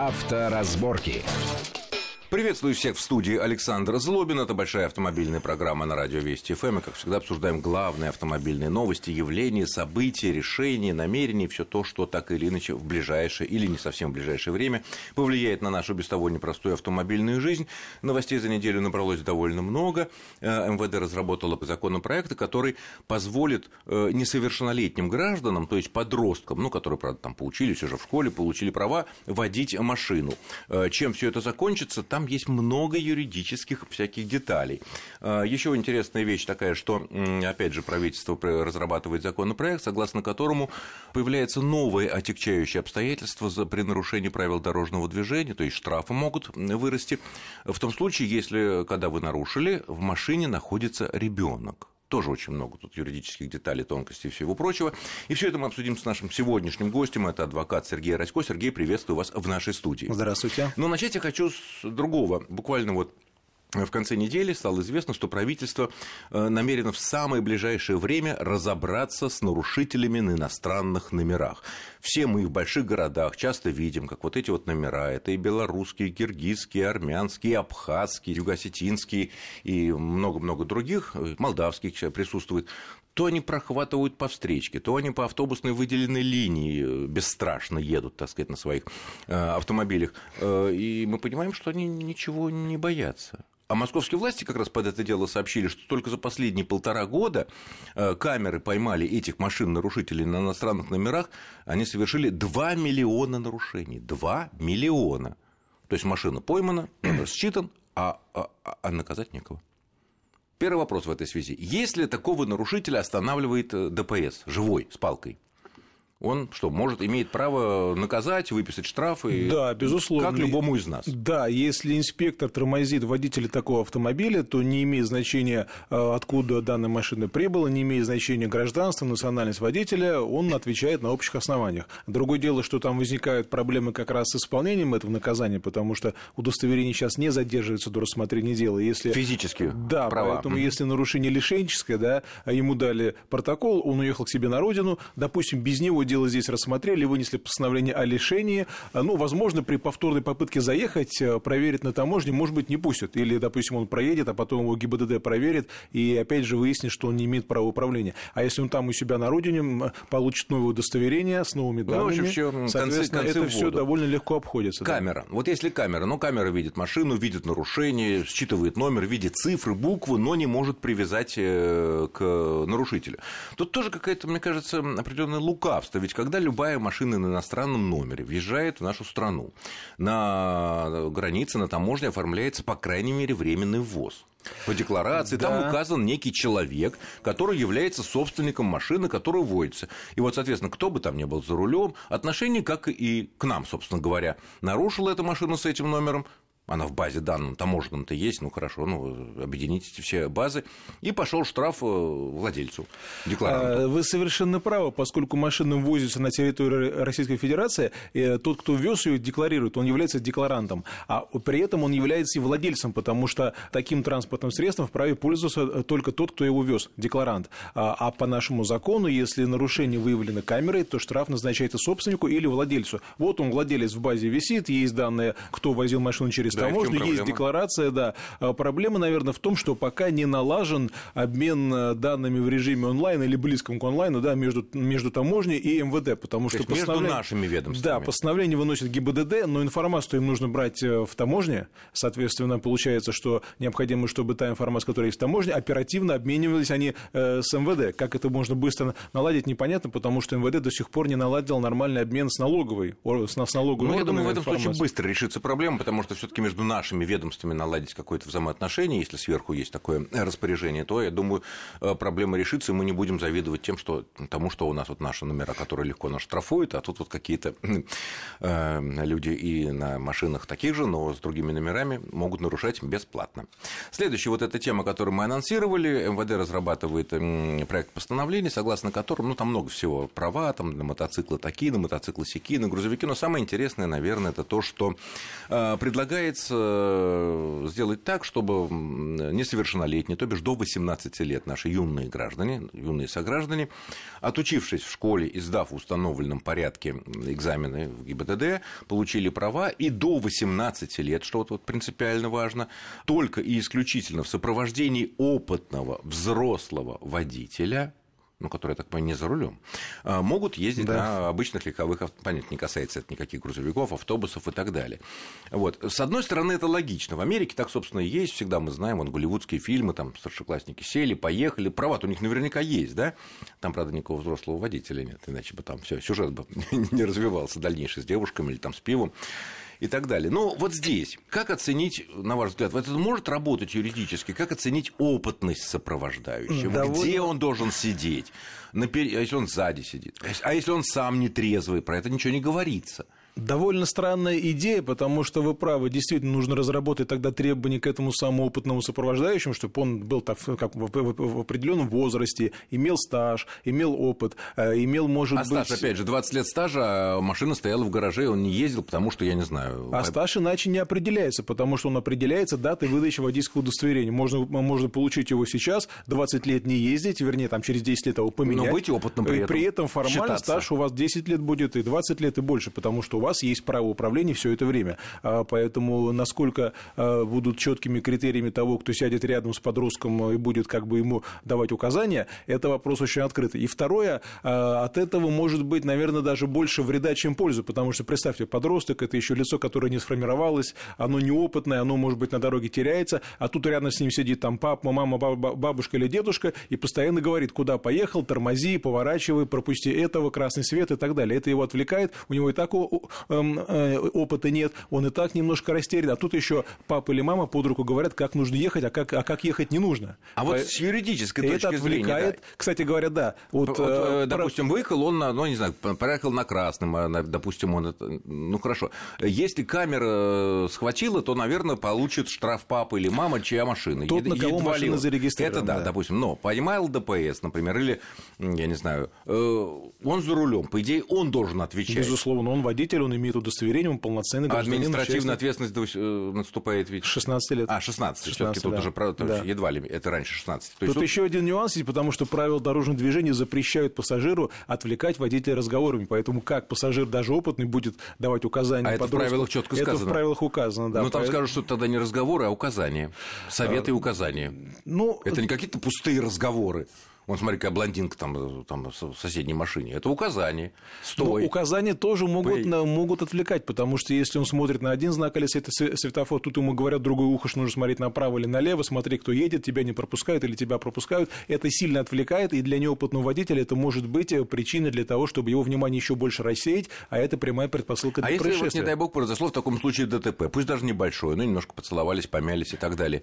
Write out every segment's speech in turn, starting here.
Авторазборки. Приветствую всех в студии Александр Злобин. Это большая автомобильная программа на радио Вести ФМ. И, как всегда, обсуждаем главные автомобильные новости, явления, события, решения, намерения. Все то, что так или иначе в ближайшее или не совсем в ближайшее время повлияет на нашу без того непростую автомобильную жизнь. Новостей за неделю набралось довольно много. МВД разработало законопроект, который позволит несовершеннолетним гражданам, то есть подросткам, которые, правда, там поучились уже в школе, получили права, водить машину. Чем все это закончится, там есть много юридических всяких деталей. Еще интересная вещь такая, что, опять же, правительство разрабатывает законопроект, согласно которому появляются новые отягчающие обстоятельства при нарушении правил дорожного движения, то есть штрафы могут вырасти в том случае, если, когда вы нарушили, в машине находится ребенок. Тоже очень много тут юридических деталей, тонкостей и всего прочего. И все это мы обсудим с нашим сегодняшним гостем. Это адвокат Сергей Радько. Сергей, приветствую вас в нашей студии. Здравствуйте. Но начать я хочу с другого. Буквально в конце недели стало известно, что правительство намерено в самое ближайшее время разобраться с нарушителями на иностранных номерах. Все мы в больших городах часто видим, как вот эти вот номера, это и белорусские, и киргизские, и армянские, и абхазские, и юго-осетинские, и много-много других, молдавских присутствует. То они прохватывают по встречке, то они по автобусной выделенной линии бесстрашно едут, так сказать, на своих автомобилях. И мы понимаем, что они ничего не боятся. А московские власти как раз под это дело сообщили, что только за последние 1,5 года камеры поймали этих машин-нарушителей на иностранных номерах, они совершили 2 миллиона нарушений. 2 миллиона. То есть машина поймана, номер считан, а наказать некого. Первый вопрос в этой связи. Если такого нарушителя останавливает ДПС, живой, с палкой, он что, имеет право наказать, выписать штрафы? Да, безусловно. Как любому из нас. Да, если инспектор тормозит водителя такого автомобиля, то не имеет значения, откуда данная машина прибыла, не имеет значения гражданство, национальность водителя, он отвечает на общих основаниях. Другое дело, что там возникают проблемы как раз с исполнением этого наказания, потому что удостоверение сейчас не задерживается до рассмотрения дела. Если... Физически да, права. Поэтому если нарушение лишенческое, да, ему дали протокол, он уехал к себе на родину, допустим, без него дело здесь рассмотрели, вынесли постановление о лишении. Возможно, при повторной попытке заехать, проверить на таможне, может быть, не пустят. Или, допустим, он проедет, а потом его ГИБДД проверит, и опять же выяснит, что он не имеет права управления. А если он там у себя на родине получит новое удостоверение с новыми данными, соответственно, это все довольно легко обходится. Камера. Да. Вот если камера видит машину, видит нарушение, считывает номер, видит цифры, буквы, но не может привязать к нарушителю. Тут тоже какая-то, мне кажется, определенное лукавство. Ведь когда любая машина на иностранном номере въезжает в нашу страну, на границе, на таможне оформляется, по крайней мере, временный ввоз. По декларации там указан некий человек, который является собственником машины, которая вводится. И вот, соответственно, кто бы там ни был за рулем, отношение, как и к нам, собственно говоря, нарушила эта машина с этим номером. Она в базе данных таможенном-то есть, хорошо, объедините эти все базы, и пошел штраф владельцу, декларанту. Вы совершенно правы, поскольку машина ввозится на территорию Российской Федерации, тот, кто вез ее, декларирует, он является декларантом, а при этом он является и владельцем, потому что таким транспортным средством вправе пользоваться только тот, кто его вез, декларант. А по нашему закону, если нарушение выявлено камерой, то штраф назначается собственнику или владельцу. Вот он, владелец, в базе висит, есть данные, кто возил машину через таможню, есть декларация, да. Проблема, наверное, в том, что пока не налажен обмен данными в режиме онлайн или близком к онлайну, да, между таможней и МВД, потому что между нашими ведомствами. Да, постановление выносит ГИБДД, но информацию им нужно брать в таможне, соответственно, получается, что необходимо, чтобы та информация, которая есть в таможне, оперативно обменивались они с МВД. Как это можно быстро наладить, непонятно, потому что МВД до сих пор не наладил нормальный обмен с налоговой органами. Я думаю, в этом случае быстро решится проблема, потому что все-таки между нашими ведомствами наладить какое-то взаимоотношение, если сверху есть такое распоряжение, то, я думаю, проблема решится, и мы не будем завидовать тому, что у нас наши номера, которые легко нас штрафуют, а тут какие-то люди и на машинах таких же, но с другими номерами могут нарушать бесплатно. Следующая эта тема, которую мы анонсировали, МВД разрабатывает проект постановления, согласно которому, там много всего, права, там на мотоциклы такие, на мотоциклы сякие, на грузовики, но самое интересное, наверное, это то, что предлагает предлагается сделать так, чтобы несовершеннолетние, то бишь до 18 лет наши юные граждане, юные сограждане, отучившись в школе и сдав в установленном порядке экзамены в ГИБДД, получили права и до 18 лет, что вот принципиально важно, только и исключительно в сопровождении опытного взрослого водителя, который, я так понимаю, не за рулем, могут ездить на обычных легковых автомобилях. Понятно, не касается это никаких грузовиков, автобусов и так далее. Вот. С одной стороны, это логично. В Америке так, собственно, и есть. Всегда мы знаем, вон, голливудские фильмы, там старшеклассники сели, поехали. Права-то у них наверняка есть, да? Там, правда, никакого взрослого водителя нет, иначе бы там все, сюжет бы не развивался дальнейший с девушками или там с пивом. И так далее. Но вот здесь, как оценить, на ваш взгляд, это может работать юридически, как оценить опытность сопровождающего? Где он должен сидеть? А если он сзади сидит? А если он сам не трезвый? Про это ничего не говорится. Довольно странная идея, потому что вы правы, действительно нужно разработать тогда требования к этому самому опытному сопровождающему, чтобы он был так, как в определенном возрасте, имел стаж, имел опыт, имел, может быть... А стаж, опять же, 20 лет стажа, а машина стояла в гараже, он не ездил, потому что, я не знаю... А стаж иначе не определяется, потому что он определяется датой выдачи водительского удостоверения. Можно получить его сейчас, 20 лет не ездить, вернее, там, через 10 лет его поменять. Но быть опытным при этом. При этом формально считаться. Стаж у вас 10 лет будет, и 20 лет, и больше, потому что у вас есть право управления все это время. Поэтому насколько будут четкими критериями того, кто сядет рядом с подростком и будет как бы ему давать указания, это вопрос очень открытый. И второе, от этого может быть, наверное, даже больше вреда, чем пользы, потому что, представьте, подросток – это еще лицо, которое не сформировалось, оно неопытное, оно, может быть, на дороге теряется, а тут рядом с ним сидит там папа, мама, бабушка или дедушка и постоянно говорит, куда поехал, тормози, поворачивай, пропусти этого, красный свет и так далее. Это его отвлекает, у него и так опыта нет, он и так немножко растерян, а тут еще папа или мама под руку говорят, как нужно ехать, а как ехать не нужно. А вот с юридической точки зрения... Это отвлекает, да. Кстати говоря, да. Допустим, выехал он, не знаю, проехал на красном, допустим, он... Ну, хорошо. Если камера схватила, то, наверное, получит штраф папа или мама, чья машина. Тот, на кого машина зарегистрирована. Это да, допустим. Но поймал ДПС, например, или, я не знаю, он за рулем, по идее, он должен отвечать. Безусловно, он водитель, он имеет удостоверение, он полноценный гражданин. Административная ответственность наступает ведь... 16 лет. 16 все-таки тут уже едва ли, это раньше 16. Тут еще один нюанс есть, потому что правила дорожного движения запрещают пассажиру отвлекать водителя разговорами, поэтому как пассажир, даже опытный, будет давать указания подростку. Это в правилах четко сказано. Это в правилах указано, да. Но там скажут, что тогда не разговоры, а указания. Советы и указания. Это не какие-то пустые разговоры. Вон, смотри, какая блондинка там в соседней машине. Это указание. Стой. Но указания тоже могут отвлекать, потому что если он смотрит на один знак или светофор, тут ему говорят другое ухо, что нужно смотреть направо или налево, смотри, кто едет, тебя не пропускают или тебя пропускают. Это сильно отвлекает, и для неопытного водителя это может быть причиной для того, чтобы его внимание еще больше рассеять, а это прямая предпосылка для происшествия. А если, не дай бог, произошло в таком случае ДТП, пусть даже небольшое, но немножко поцеловались, помялись и так далее,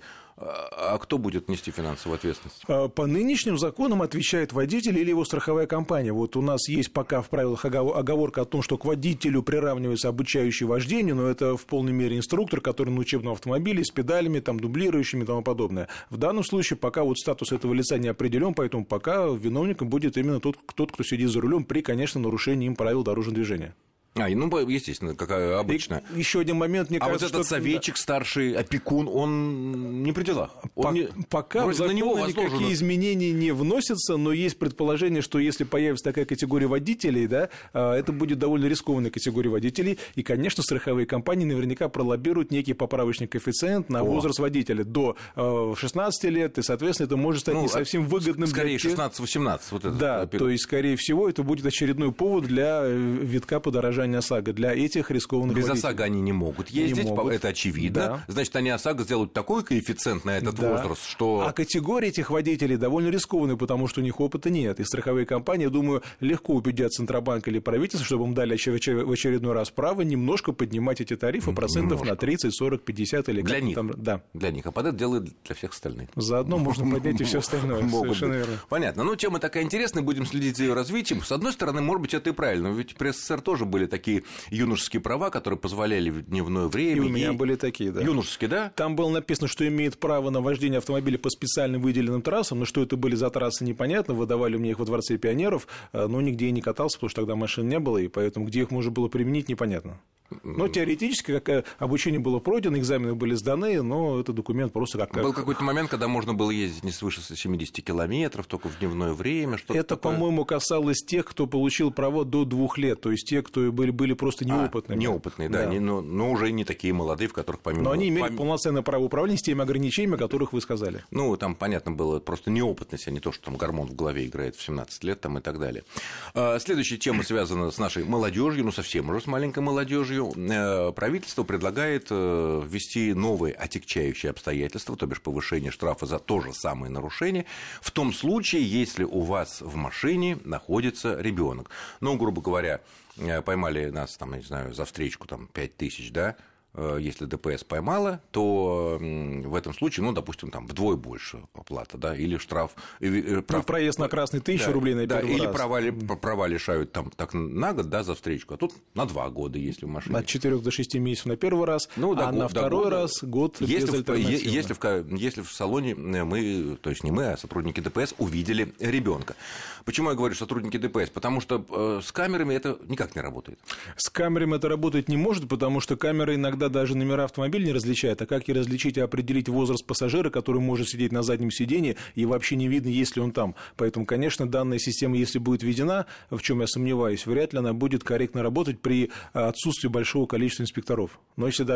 а кто будет нести финансовую ответственность? По нынешним законам отвечает водитель или его страховая компания. Вот у нас есть пока в правилах оговорка о том, что к водителю приравнивается обучающий вождению, но это в полной мере инструктор, который на учебном автомобиле с педалями, там, дублирующими и тому подобное. В данном случае пока вот статус этого лица не определен, поэтому пока виновником будет именно тот, кто сидит за рулем при, конечно, нарушении им правил дорожного движения. Естественно, как обычно. Еще один момент, мне кажется, вот этот советчик, старший опекун, он не при делах. Пока в закон никакие изменения не вносятся, но есть предположение, что если появится такая категория водителей, да, это будет довольно рискованная категория водителей, и, конечно, страховые компании наверняка пролоббируют некий поправочный коэффициент на возраст водителя до 16 лет, и, соответственно, это может стать не совсем выгодным. Скорее, 16-18. Вот это, да, то есть, скорее всего, это будет очередной повод для витка подорожания ОСАГО для этих рискованных водителей. Без ОСАГО они не могут ездить, это очевидно. Да. Значит, они ОСАГО сделают такой коэффициент на этот возраст, что... А категория этих водителей довольно рискованная, потому что у них опыта нет. И страховые компании, я думаю, легко убедят Центробанк или правительство, чтобы им дали в очередной раз право немножко поднимать эти тарифы процентов на 30, 40, 50 или для них. Там. Да. Для них. А под это делают для всех остальных. Заодно можно поднять и все остальное. Совершенно верно. Понятно. Ну, тема такая интересная, будем следить за ее развитием. С одной стороны, может быть, это и правильно. Ведь при СССР тоже были такие юношеские права, которые позволяли в дневное время. И у меня были такие, да. Юношеские, да? Там было написано, что имеет право на вождение автомобиля по специально выделенным трассам, но что это были за трассы, непонятно. Выдавали мне их во Дворце пионеров, но нигде я не катался, потому что тогда машин не было, и поэтому где их можно было применить, непонятно. Но теоретически, как обучение было пройдено, экзамены были сданы, но это документ просто как... Был какой-то момент, когда можно было ездить не свыше 70 километров, только в дневное время, что-то это, такое. По-моему, касалось тех, кто получил право до 2 лет, то есть те, кто были просто неопытными. Неопытные, да, но уже не такие молодые, в которых помимо... Но они имели полноценное право управления с теми ограничениями, о которых вы сказали. Ну, там, понятно было, просто неопытность, а не то, что там гормон в голове играет в 17 лет там, и так далее. Следующая тема связана с нашей молодежью, ну, совсем уже с маленькой молодежью. Правительство предлагает ввести новые отягчающие обстоятельства, то бишь повышение штрафа за то же самое нарушение, в том случае, если у вас в машине находится ребенок. Ну, грубо говоря, поймали нас, там, я не знаю, за встречку там, 5000, да, если ДПС поймала, то в этом случае, ну, допустим, там вдвое больше оплата, да, или штраф... проезд на красный 1000 рублей на первый раз. Или права лишают там, так на год, да, за встречку, а тут на 2 года, если в машине. От 4 до 6 месяцев на первый раз, на второй раз год безальтернативно. Если в салоне мы, то есть не мы, а сотрудники ДПС увидели ребенка. Почему я говорю сотрудники ДПС? Потому что с камерами это никак не работает. С камерами это работать не может, потому что камеры иногда даже номера автомобиля не различают, а как и различить и определить возраст пассажира, который может сидеть на заднем сидении, и вообще не видно, есть ли он там. Поэтому, конечно, данная система, если будет введена, в чем я сомневаюсь, вряд ли она будет корректно работать при отсутствии большого количества инспекторов. Но если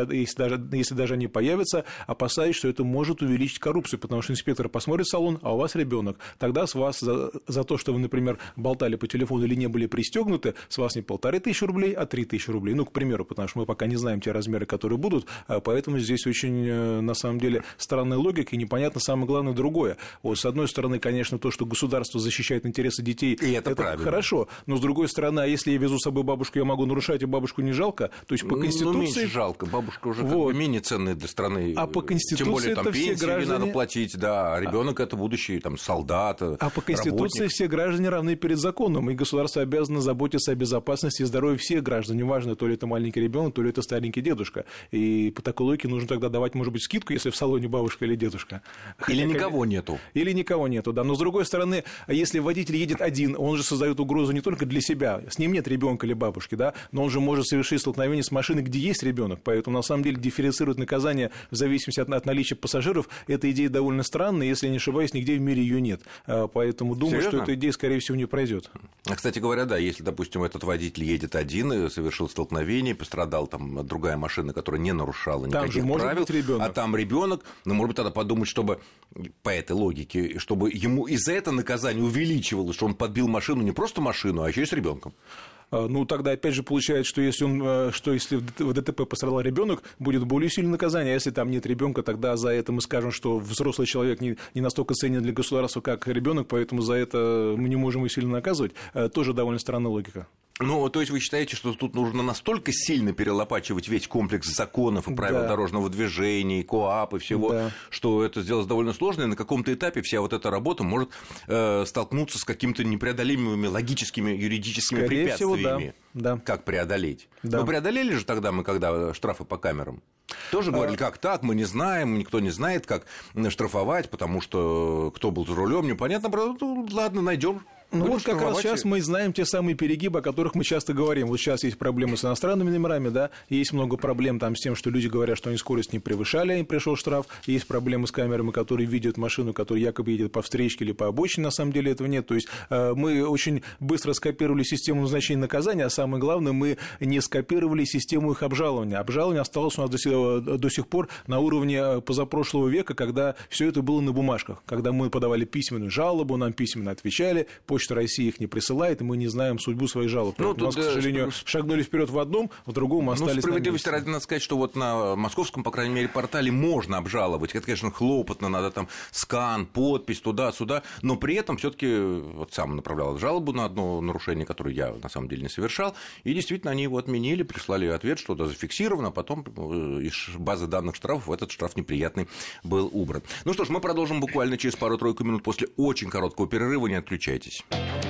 даже они появятся, опасаюсь, что это может увеличить коррупцию, потому что инспектор посмотрит салон, а у вас ребенок. Тогда с вас за то, что вы, например, болтали по телефону или не были пристегнуты, с вас не 1500 рублей, а 3000 рублей. Ну, к примеру, потому что мы пока не знаем те размеры, которые будут, поэтому здесь очень, на самом деле, странная логика, и непонятно самое главное другое. Вот, с одной стороны, конечно, то, что государство защищает интересы детей, и это хорошо, но с другой стороны, а если я везу с собой бабушку, я могу нарушать, и бабушку не жалко, то есть по Конституции... меньше жалко, бабушка уже как бы менее ценная для страны, а по Конституции тем более там это все граждане... надо платить, да, а ребенок это будущий там солдат, а по Конституции работник. Все граждане равны перед законом, и государство обязано заботиться о безопасности и здоровье всех граждан, неважно, то ли это маленький ребенок, то ли это старенький дедушка. И по такой логике нужно тогда давать, может быть, скидку, если в салоне бабушка или дедушка. Или никого нету. Или никого нету, да. Но с другой стороны, если водитель едет один, он же создает угрозу не только для себя, с ним нет ребенка или бабушки, да, но он же может совершить столкновение с машиной, где есть ребенок. Поэтому на самом деле дифференцировать наказание в зависимости от наличия пассажиров, эта идея довольно странная, если я не ошибаюсь, нигде в мире ее нет. Поэтому думаю, Серьезно? что эта идея, скорее всего, не пройдет. Кстати говоря, да, если, допустим, этот водитель едет один и совершил столкновение, пострадал там другая машина, которая не нарушала никаких правил, а там ребенок, ну, может быть, тогда подумать, чтобы по этой логике, чтобы ему из-за этого наказание увеличивалось, что он подбил машину, не просто машину, а еще и с ребенком. Ну, тогда, опять же, получается, что если в ДТП пострадал ребенок, будет более сильное наказание, а если там нет ребенка, тогда за это мы скажем, что взрослый человек не настолько ценен для государства, как ребенок, поэтому за это мы не можем его сильно наказывать. Тоже довольно странная логика. Ну, то есть вы считаете, что тут нужно настолько сильно перелопачивать весь комплекс законов и правил дорожного движения, и КоАП, и всего, что это сделать довольно сложно, и на каком-то этапе вся вот эта работа может столкнуться с какими-то непреодолимыми логическими, юридическими препятствиями. Да. Как преодолеть? Да. Мы преодолели же тогда когда штрафы по камерам? Тоже говорили, как так, мы не знаем, никто не знает, как штрафовать, потому что кто был за рулем, непонятно, ну, ладно, найдем. Ну вот как раз сейчас мы знаем те самые перегибы, о которых мы часто говорим. Вот сейчас есть проблемы с иностранными номерами, да, есть много проблем там с тем, что люди говорят, что они скорость не превышали, им пришел штраф, есть проблемы с камерами, которые видят машину, которая якобы едет по встречке или по обочине, на самом деле этого нет. То есть мы очень быстро скопировали систему назначения наказания, а самое главное, мы не скопировали систему их обжалования. Обжалование осталось у нас до сих пор на уровне позапрошлого века, когда все это было на бумажках, когда мы подавали письменную жалобу, нам письменно отвечали, Почта России их не присылает, и мы не знаем судьбу своих жалоб. У нас, к сожалению, шагнули вперед в одном, в другом остались на месте. Справедливости ради надо сказать, что вот на московском, по крайней мере, портале можно обжаловать. Это, конечно, хлопотно, надо там скан, подпись туда-сюда, но при этом все-таки вот сам направлял жалобу на одно нарушение, которое я на самом деле не совершал, и действительно они его отменили, прислали ответ, что да, зафиксировано, а потом из базы данных штрафов этот штраф неприятный был убран. Ну что ж, мы продолжим буквально через пару-тройку минут после очень короткого перерыва, не отключайтесь.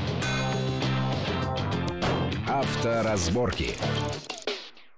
Авторазборки.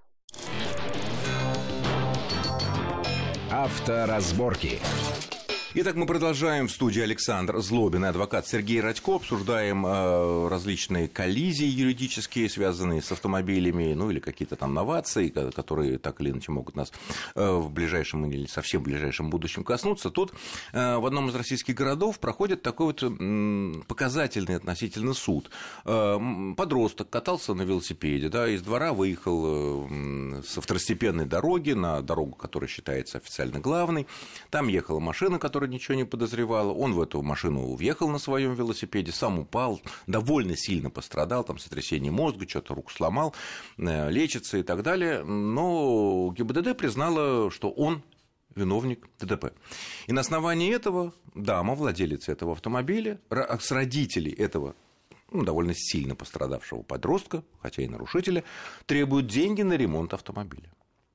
Авторазборки. Итак, мы продолжаем в студии Александр Злобин и адвокат Сергей Радько. Обсуждаем различные коллизии юридические, связанные с автомобилями, ну или какие-то там новации, которые так или иначе могут нас в ближайшем или совсем ближайшем будущем коснуться. Тут в одном из российских городов проходит такой вот показательный относительно суд. Подросток катался на велосипеде, да, из двора выехал со второстепенной дороги на дорогу, которая считается официально главной. Там ехала машина, которая ничего не подозревала, он в эту машину въехал на своем велосипеде, сам упал, довольно сильно пострадал, там сотрясение мозга, что-то руку сломал, лечится и так далее, но ГИБДД признала, что он виновник ДТП. И на основании этого дама, владелица этого автомобиля, с родителей этого довольно сильно пострадавшего подростка, хотя и нарушителя, требует деньги на ремонт автомобиля.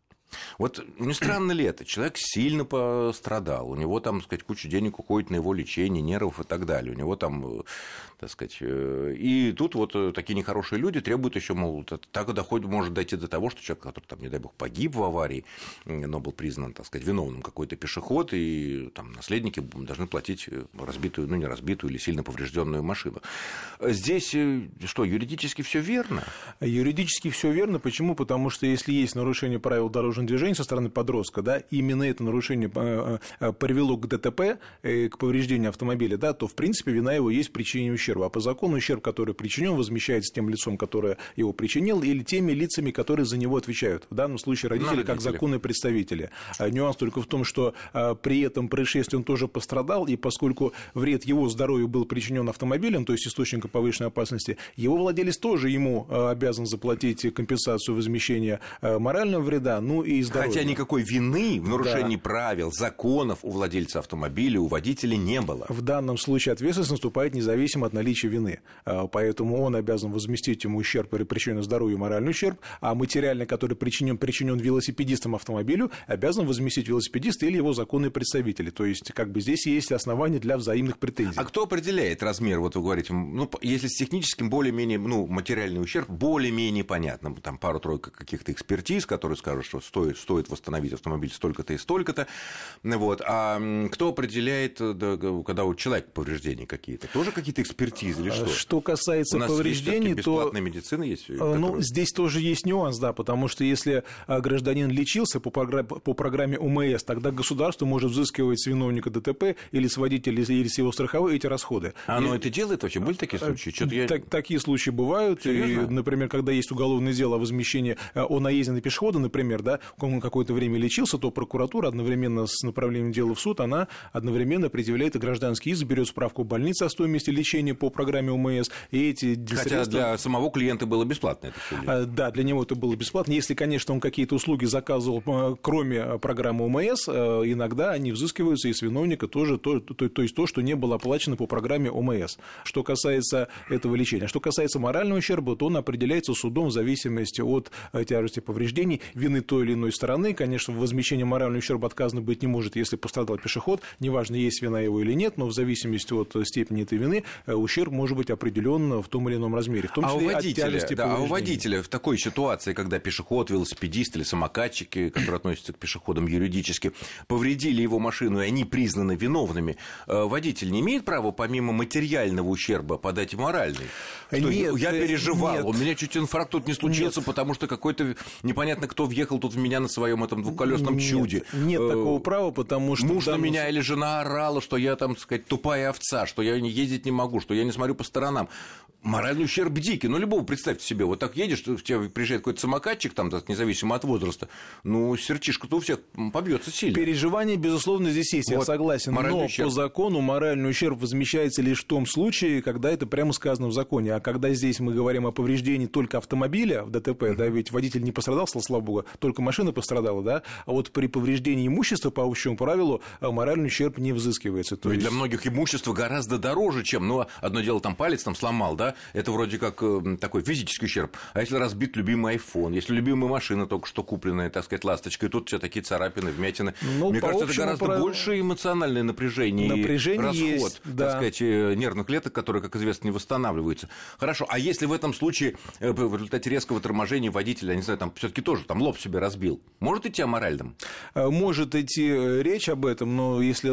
Вот не странно ли это? Человек сильно пострадал, у него там, так сказать, куча денег уходит на его лечение, нервов и так далее. У него там, так сказать, и тут вот такие нехорошие люди требуют еще, мол, так может дойти до того, что человек, который, там, не дай бог, погиб в аварии, но был признан, так сказать, виновным какой-то пешеход, и там наследники должны платить разбитую, ну не разбитую или сильно поврежденную машину. Здесь что, юридически все верно? Юридически все верно. Почему? Потому что если есть нарушение правил дорожного движения со стороны подростка, да, именно это нарушение привело к ДТП, к повреждению автомобиля, да, то, в принципе, вина его есть в причинении ущерба. А по закону ущерб, который причинен, возмещается тем лицом, которое его причинил, или теми лицами, которые за него отвечают. В данном случае родители, как законные представители. Нюанс только в том, что при этом происшествии он тоже пострадал, и поскольку вред его здоровью был причинен автомобилем, то есть источником повышенной опасности, его владелец тоже ему обязан заплатить компенсацию возмещения морального вреда, ну и здоровья. Хотя никакой вины в нарушении правил, законов у владельца автомобиля, у водителя не было. В данном случае ответственность наступает независимо от наличия вины. Поэтому он обязан возместить ему ущерб, причиненный здоровью, моральный ущерб, а материальный, который причинен велосипедистам автомобилю, обязан возместить велосипедист или его законные представители. То есть, как бы здесь есть основания для взаимных претензий. А кто определяет размер, вот вы говорите, ну, если с техническим более-менее, ну, материальный ущерб более-менее понятно, там пару-тройку каких-то экспертиз, которые скажут, что стоит восстановить автомобиль столько-то и столько-то, вот. А кто определяет, когда у человека повреждения какие-то? Тоже какие-то экспертизы или что? Что касается повреждений, то... бесплатная медицина есть? Ну, здесь тоже есть нюанс, да, потому что если гражданин лечился по программе ОМС, тогда государство может взыскивать с виновника ДТП или с водителя, или с его страховой эти расходы. Оно это делает вообще? Были такие случаи? Такие случаи бывают. И, например, когда есть уголовное дело о возмещении о наезде на пешехода, например, да, он какое-то время лечился, то прокуратура одновременно с направлением дела в суд, она одновременно предъявляет и гражданский иск, берет справку больницы о стоимости лечения по программе ОМС, и эти Хотя средства... для самого клиента было бесплатно это? Да, для него это было бесплатно. Если, конечно, он какие-то услуги заказывал, кроме программы ОМС, иногда они взыскиваются и с виновника тоже, то есть то, что не было оплачено по программе ОМС. Что касается этого лечения. Что касается морального ущерба, то он определяется судом в зависимости от тяжести повреждений, вины той или иной стороны. Конечно, возмещение морального ущерба отказано быть не может, если пострадал пешеход, неважно, есть вина его или нет, но в зависимости от степени этой вины ущерб может быть определен в том или ином размере, в том числе от тяжести повреждений. А у водителя в такой ситуации, когда пешеход, велосипедист или самокатчики, которые относятся к пешеходам юридически, повредили его машину, и они признаны виновными, водитель не имеет права помимо материального ущерба подать и моральный? Нет, я переживал, нет. у меня чуть инфаркт тут не случился, потому что какой-то непонятно кто въехал тут в меня на своем этом двухколесном чуде. Нет такого права, потому что... Муж на меня или жена орала, что я там, так сказать, тупая овца, что я ездить не могу, что я не смотрю по сторонам. Моральный ущерб дикий. Ну, любого представьте себе, вот так едешь, у тебя приезжает какой-то самокатчик, там, независимо от возраста, ну, сердечко-то у всех побьется сильно. Переживания, безусловно, здесь есть, я согласен, но по закону моральный ущерб возмещается лишь в том случае, когда это прямо сказано в законе. А когда здесь мы говорим о повреждении только автомобиля в ДТП, да, ведь водитель не пострадал, слава богу, только машина пострадала, да, а вот при повреждении имущества по общему правилу моральный ущерб не взыскивается. То есть... Для многих имущество гораздо дороже, чем, ну, одно дело, там палец там сломал, да, это вроде как такой физический ущерб, а если разбит любимый iPhone, если любимая машина только что купленная, так сказать, ласточкой, тут у тебя такие царапины, вмятины, мне кажется, это гораздо больше эмоциональное напряжение и расход, есть, так сказать, нервных клеток, которые, как известно, не восстанавливаются. Хорошо, а если в этом случае в результате резкого торможения водителя, я не знаю, там все-таки тоже там лоб себе разбил, разбил. Может идти о моральном? Может идти речь об этом, но если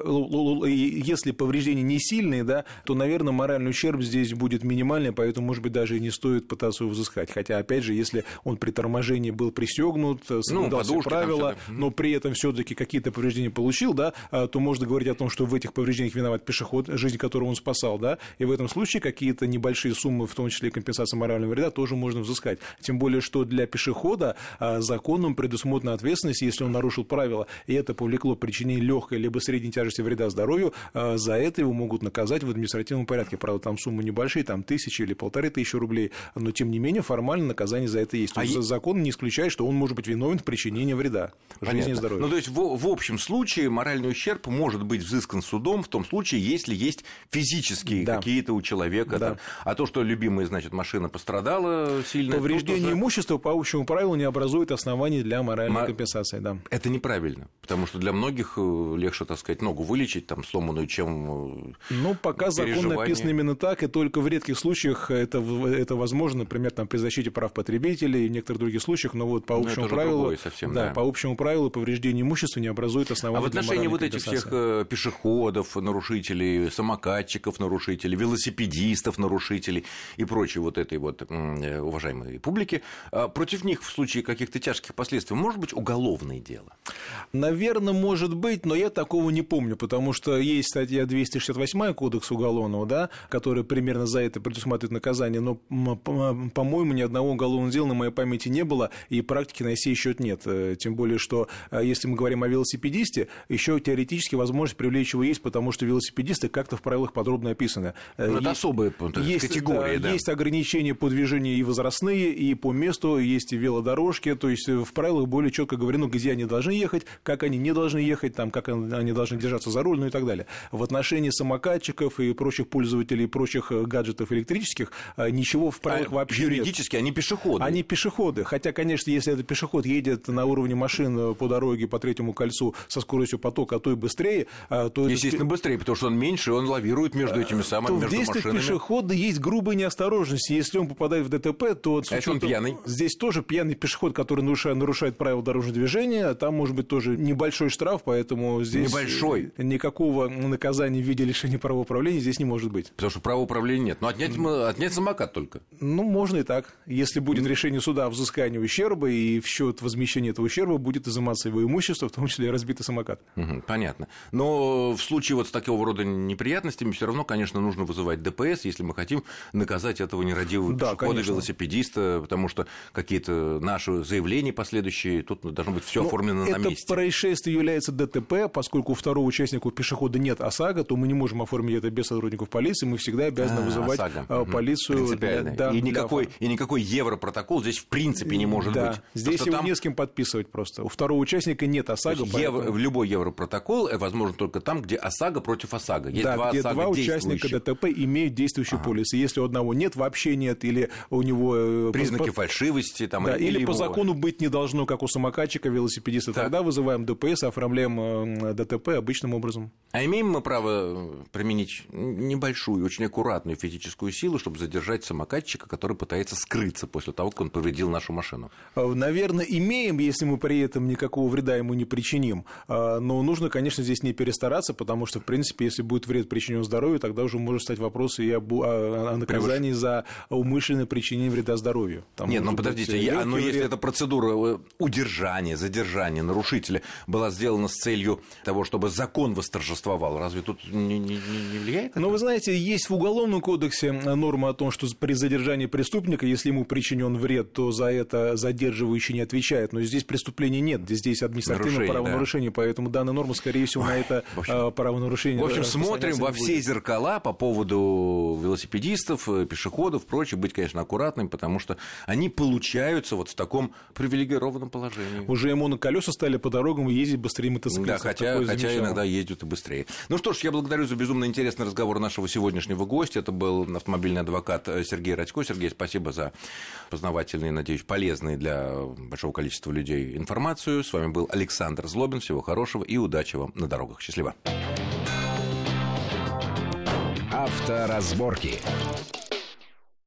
повреждения не сильные, да, то, наверное, моральный ущерб здесь будет минимальный, поэтому, может быть, даже и не стоит пытаться его взыскать. Хотя, опять же, если он при торможении был пристегнут, соблюдал все правила, но при этом все-таки какие-то повреждения получил, да, то можно говорить о том, что в этих повреждениях виноват пешеход, жизнь которого он спасал, да, и в этом случае какие-то небольшие суммы, в том числе компенсация морального вреда, тоже можно взыскать. Тем более, что для пешехода законом предусмотрена ответственность, если он нарушил правила, и это повлекло причинение легкой либо средней тяжести вреда здоровью, за это его могут наказать в административном порядке. Правда, там суммы небольшие, там 1000 или 1500 рублей, но тем не менее формально наказание за это есть. То есть закон не исключает, что он может быть виновен в причинении вреда жизни и здоровью. Ну, то есть в общем случае моральный ущерб может быть взыскан судом в том случае, если есть физические какие-то у человека. Да. Там, а то, что любимая, значит, машина пострадала сильно. Повреждение имущества по общему правилу не образует оснований для моральной компенсации. Да. Это неправильно, потому что для многих легче, так сказать, ногу вылечить, там, сломанную, чем пока закон написан именно так, и только в редких случаях это возможно, например, там, при защите прав потребителей и в некоторых других случаях, но вот по общему правилу, по общему правилу повреждение имущества не образует оснований для моральной компенсации. А в отношении вот этих всех пешеходов, нарушителей, самокатчиков, нарушителей, велосипедистов, нарушителей и прочей вот этой вот уважаемой публики, против них в случае каких-то тяжких последствий может быть уголовное дело? Наверное, может быть, но я такого не помню, потому что есть статья 268 Кодекса уголовного, да, которая примерно за это предусматривает наказание, но, по-моему, ни одного уголовного дела на моей памяти не было, и практики на сей счет нет. Тем более, что если мы говорим о велосипедисте, еще теоретически возможность привлечь его есть, потому что велосипедисты как-то в правилах подробно описаны. Это особые категории, да. Есть ограничения по движению и возрастные, и по месту, есть и велодорожки, то есть в правилах более четко говорено, где они должны ехать, как они не должны ехать, там, как они должны держаться за руль, ну и так далее. В отношении самокатчиков и прочих пользователей, прочих гаджетов электрических ничего в правилах вообще юридически нет. Они пешеходы. Они пешеходы. Хотя, конечно, если этот пешеход едет на уровне машин по дороге, по третьему кольцу со скоростью потока, а то и быстрее, то... Естественно, быстрее, потому что он меньше, он лавирует между этими самыми, между машинами. В действиях пешехода есть грубая неосторожность. Если он попадает в ДТП, то... А он пьяный? Здесь тоже пьяный пешеход, который нарушает правила дорожного движения, там может быть тоже небольшой штраф, поэтому здесь... Небольшой? Никакого наказания в виде лишения права управления здесь не может быть. Потому что права управления нет. Но отнять самокат только. Можно и так. Если будет решение суда о взыскании ущерба, и в счет возмещения этого ущерба будет изыматься его имущество, в том числе и разбитый самокат. Понятно. Но в случае вот с такого рода неприятностями все равно, конечно, нужно вызывать ДПС, если мы хотим наказать этого нерадивого пешехода, велосипедиста, потому что какие-то наши заявления последующие, тут должно быть все оформлено на месте. Это происшествие является ДТП, поскольку у второго участника, у пешехода нет ОСАГО, то мы не можем оформить это без сотрудников полиции, мы всегда обязаны вызывать полицию. Принципиально. И никакой европротокол здесь в принципе не может быть. Здесь его не с кем подписывать просто. У второго участника нет ОСАГО. Любой европротокол возможен только там, где ОСАГО против ОСАГО. Есть где два участника ДТП имеют действующий полис. И если у одного нет, вообще нет, или у него... Признаки фальшивости. Там, или по закону быть не должно, как у самокатчика, велосипедиста. Тогда вызываем ДПС, оформляем ДТП обычным образом. А имеем мы право применить небольшую, очень аккуратную физическую силу, чтобы задержать самокатчика, который пытается скрыться после того, как он повредил нашу машину? Наверное, имеем, если мы при этом никакого вреда ему не причиним. Но нужно, конечно, здесь не перестараться, потому что, в принципе, если будет вред причинен здоровью, тогда уже может стать вопрос и о наказании за умышленное причинение вреда здоровью. Нет, подождите, если эта процедура удержания, задержания нарушителя была сделана с целью того, чтобы закон восторжествовал, разве тут не влияет? Вы знаете, есть в Уголовном кодексе норма о том, что при задержании преступника, если ему причинен вред, то за это задерживающий не отвечает. Но здесь преступления нет, здесь административное правонарушение, поэтому данная норма, скорее всего, на это правонарушение... В общем, смотрим во все зеркала по поводу велосипедистов, пешеходов, прочее, быть, конечно, аккуратным, потому что они получаются вот в таком привилегированном положении. Уже моноколеса стали по дорогам ездить быстрее мотоциклистов. Да, хотя иногда ездят и быстрее. Ну что ж, я благодарю за безумно интересный разговор нашего сегодняшнего гостя. Это был автомобильный адвокат Сергей Радько. Сергей, спасибо за познавательную, надеюсь, полезную для большого количества людей информацию. С вами был Александр Злобин. Всего хорошего и удачи вам на дорогах. Счастливо. Авторазборки.